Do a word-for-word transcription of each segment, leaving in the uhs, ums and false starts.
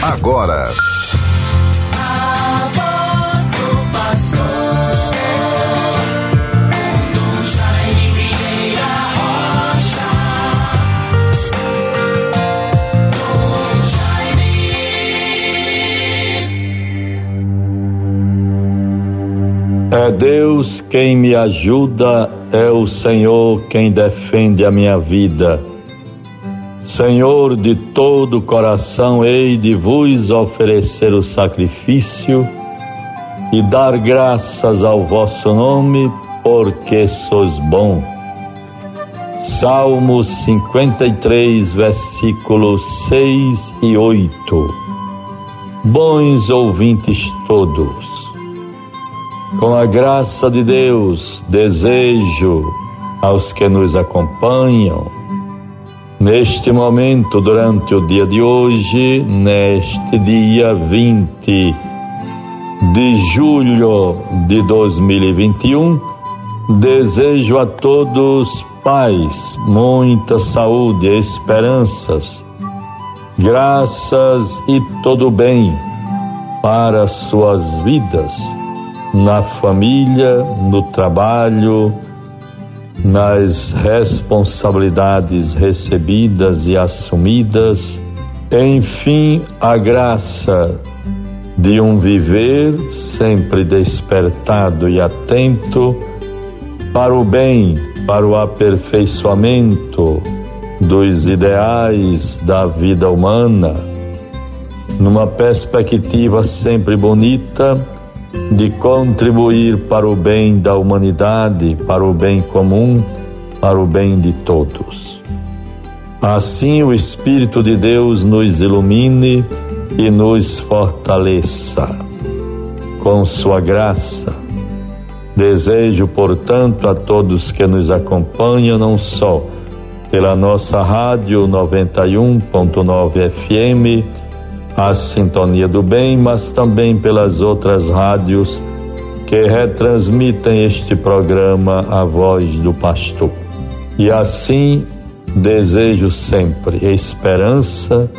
agora. A voz do pastor, Dom Jaime Vieira Rocha. Dom Jaime. É Deus quem me ajuda, é o Senhor quem defende a minha vida. Senhor, de todo o coração hei de vos oferecer o sacrifício e dar graças ao vosso nome, porque sois bom. Salmo cinquenta e três, versículos seis e oito. Bons ouvintes todos, com a graça de Deus, desejo aos que nos acompanham neste momento, durante o dia de hoje, neste dia vinte de julho de dois mil e vinte e um, desejo a todos paz, muita saúde, esperanças, graças e todo bem para suas vidas, na família, no trabalho, nas responsabilidades recebidas e assumidas, enfim, a graça de um viver sempre despertado e atento para o bem, para o aperfeiçoamento dos ideais da vida humana, numa perspectiva sempre bonita de contribuir para o bem da humanidade, para o bem comum, para o bem de todos. Assim o Espírito de Deus nos ilumine e nos fortaleça com sua graça. Desejo, portanto, a todos que nos acompanham, não só pela nossa rádio noventa e um ponto nove F M, a Sintonia do Bem, mas também pelas outras rádios que retransmitem este programa, A Voz do Pastor. E assim desejo sempre esperança,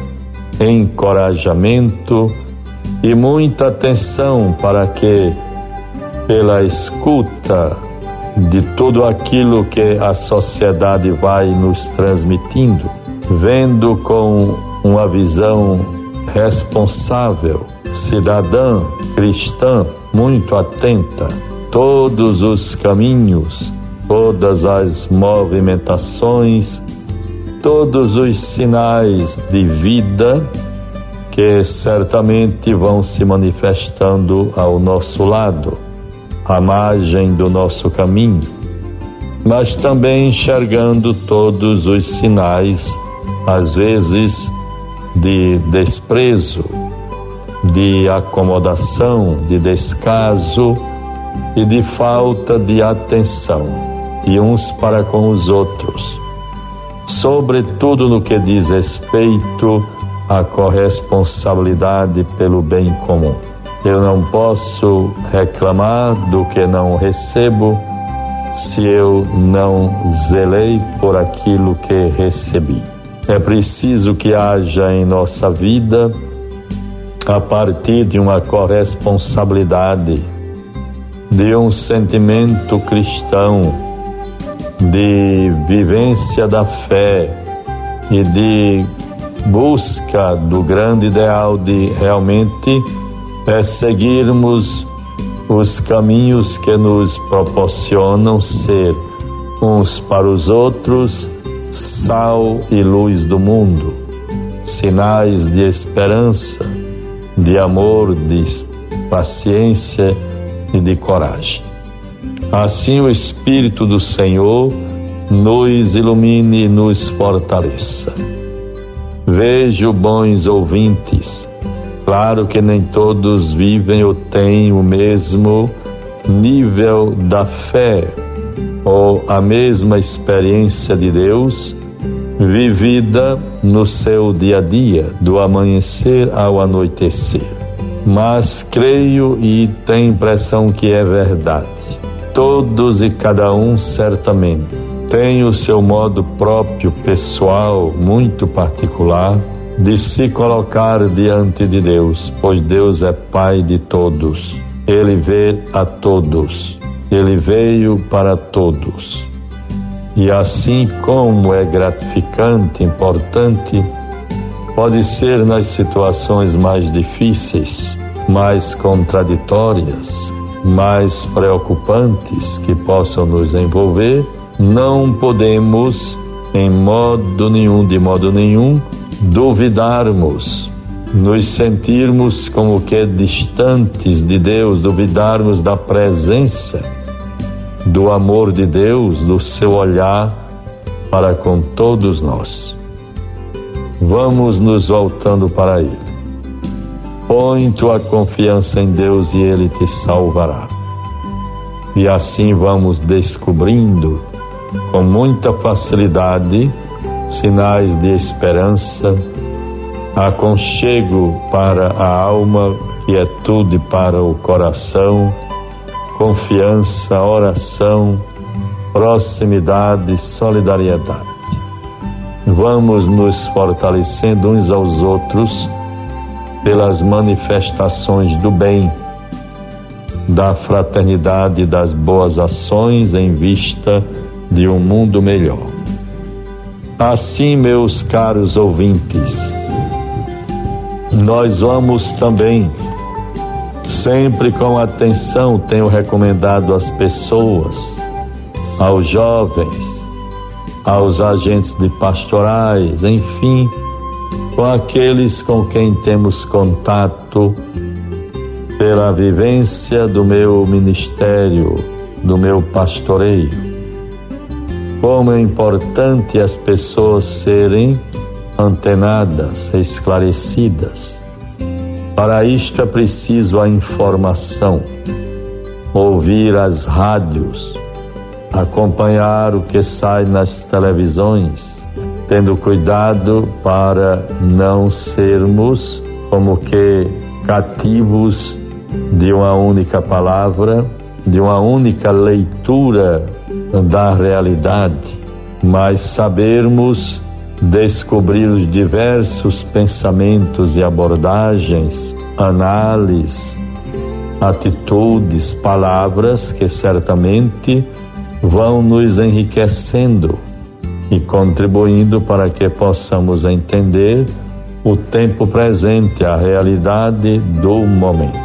encorajamento e muita atenção para que, pela escuta de tudo aquilo que a sociedade vai nos transmitindo, vendo com uma visão responsável, cidadã, cristã, muito atenta, todos os caminhos, todas as movimentações, todos os sinais de vida que certamente vão se manifestando ao nosso lado, à margem do nosso caminho, mas também enxergando todos os sinais, às vezes, de desprezo, de acomodação, de descaso e de falta de atenção de uns para com os outros, sobretudo no que diz respeito à corresponsabilidade pelo bem comum. Eu não posso reclamar do que não recebo se eu não zelei por aquilo que recebi. É preciso que haja em nossa vida, a partir de uma corresponsabilidade, de um sentimento cristão, de vivência da fé e de busca do grande ideal de realmente perseguirmos os caminhos que nos proporcionam ser uns para os outros sal e luz do mundo, sinais de esperança, de amor, de paciência e de coragem. Assim o Espírito do Senhor nos ilumine e nos fortaleça. Vejo, bons ouvintes, claro que nem todos vivem ou têm o mesmo nível da fé ou a mesma experiência de Deus vivida no seu dia a dia, do amanhecer ao anoitecer. Mas creio e tenho a impressão que é verdade. Todos e cada um certamente tem o seu modo próprio, pessoal, muito particular de se colocar diante de Deus, pois Deus é Pai de todos. Ele vê a todos. Ele veio para todos. E assim como é gratificante, importante, pode ser nas situações mais difíceis, mais contraditórias, mais preocupantes que possam nos envolver, não podemos, em modo nenhum, de modo nenhum, duvidarmos, nos sentirmos como que distantes de Deus, duvidarmos da presença, do amor de Deus, do seu olhar para com todos nós. Vamos nos voltando para Ele. Põe tua confiança em Deus e Ele te salvará. E assim vamos descobrindo com muita facilidade sinais de esperança, aconchego para a alma, quietude para o coração, confiança, oração, proximidade, solidariedade. Vamos nos fortalecendo uns aos outros pelas manifestações do bem, da fraternidade e das boas ações em vista de um mundo melhor. Assim, meus caros ouvintes, nós vamos também, sempre com atenção, tenho recomendado às pessoas, aos jovens, aos agentes de pastorais, enfim, com aqueles com quem temos contato pela vivência do meu ministério, do meu pastoreio. Como é importante as pessoas serem antenadas, esclarecidas. Para isto é preciso a informação, ouvir as rádios, acompanhar o que sai nas televisões, tendo cuidado para não sermos como que cativos de uma única palavra, de uma única leitura da realidade, mas sabermos descobrir os diversos pensamentos e abordagens, análises, atitudes, palavras que certamente vão nos enriquecendo e contribuindo para que possamos entender o tempo presente, a realidade do momento.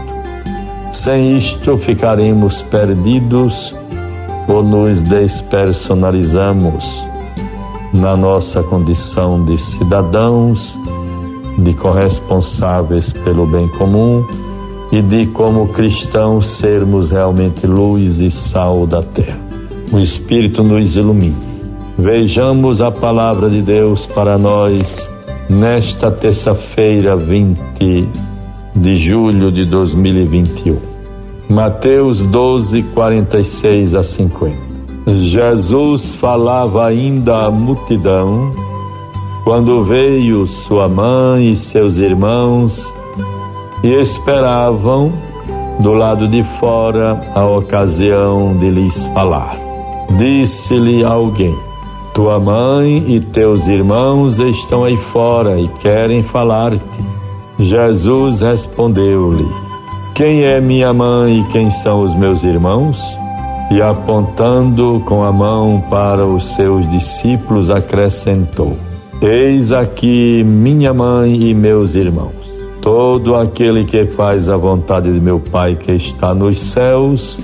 Sem isto, ficaremos perdidos ou nos despersonalizamos na nossa condição de cidadãos, de corresponsáveis pelo bem comum e de, como cristãos, sermos realmente luz e sal da terra. O Espírito nos ilumine. Vejamos a palavra de Deus para nós nesta terça-feira, vinte de julho de dois mil e vinte e um. Mateus doze, quarenta e seis a cinquenta. Jesus falava ainda à multidão quando veio sua mãe e seus irmãos e esperavam do lado de fora a ocasião de lhes falar. Disse-lhe alguém: tua mãe e teus irmãos estão aí fora e querem falar-te. Jesus respondeu-lhe: quem é minha mãe e quem são os meus irmãos? E apontando com a mão para os seus discípulos, acrescentou: eis aqui minha mãe e meus irmãos. Todo aquele que faz a vontade de meu Pai que está nos céus,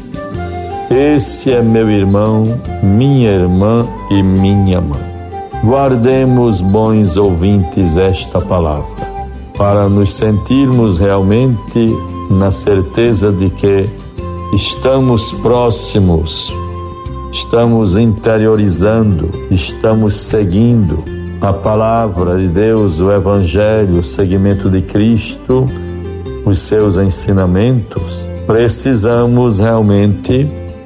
esse é meu irmão, minha irmã e minha mãe. Guardemos, bons ouvintes, esta palavra, para nos sentirmos realmente na certeza de que estamos próximos, estamos interiorizando, estamos seguindo a palavra de Deus, o Evangelho, o seguimento de Cristo, os seus ensinamentos. Precisamos realmente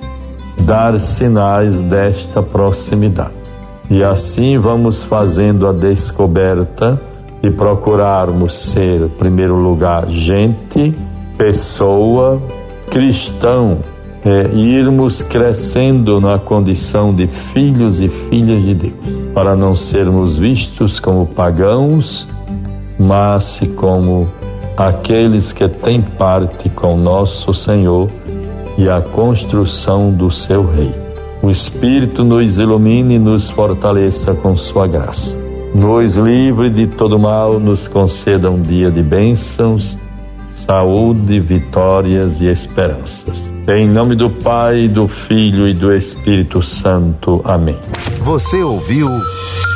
dar sinais desta proximidade. E assim vamos fazendo a descoberta de procurarmos ser, em primeiro lugar, gente, pessoa, cristão, é, irmos crescendo na condição de filhos e filhas de Deus, para não sermos vistos como pagãos mas como aqueles que têm parte com nosso Senhor e a construção do seu reino. O Espírito nos ilumine e nos fortaleça com sua graça. Nos livre de todo mal, nos conceda um dia de bênçãos, saúde, vitórias e esperanças. Em nome do Pai, do Filho e do Espírito Santo. Amém. Você ouviu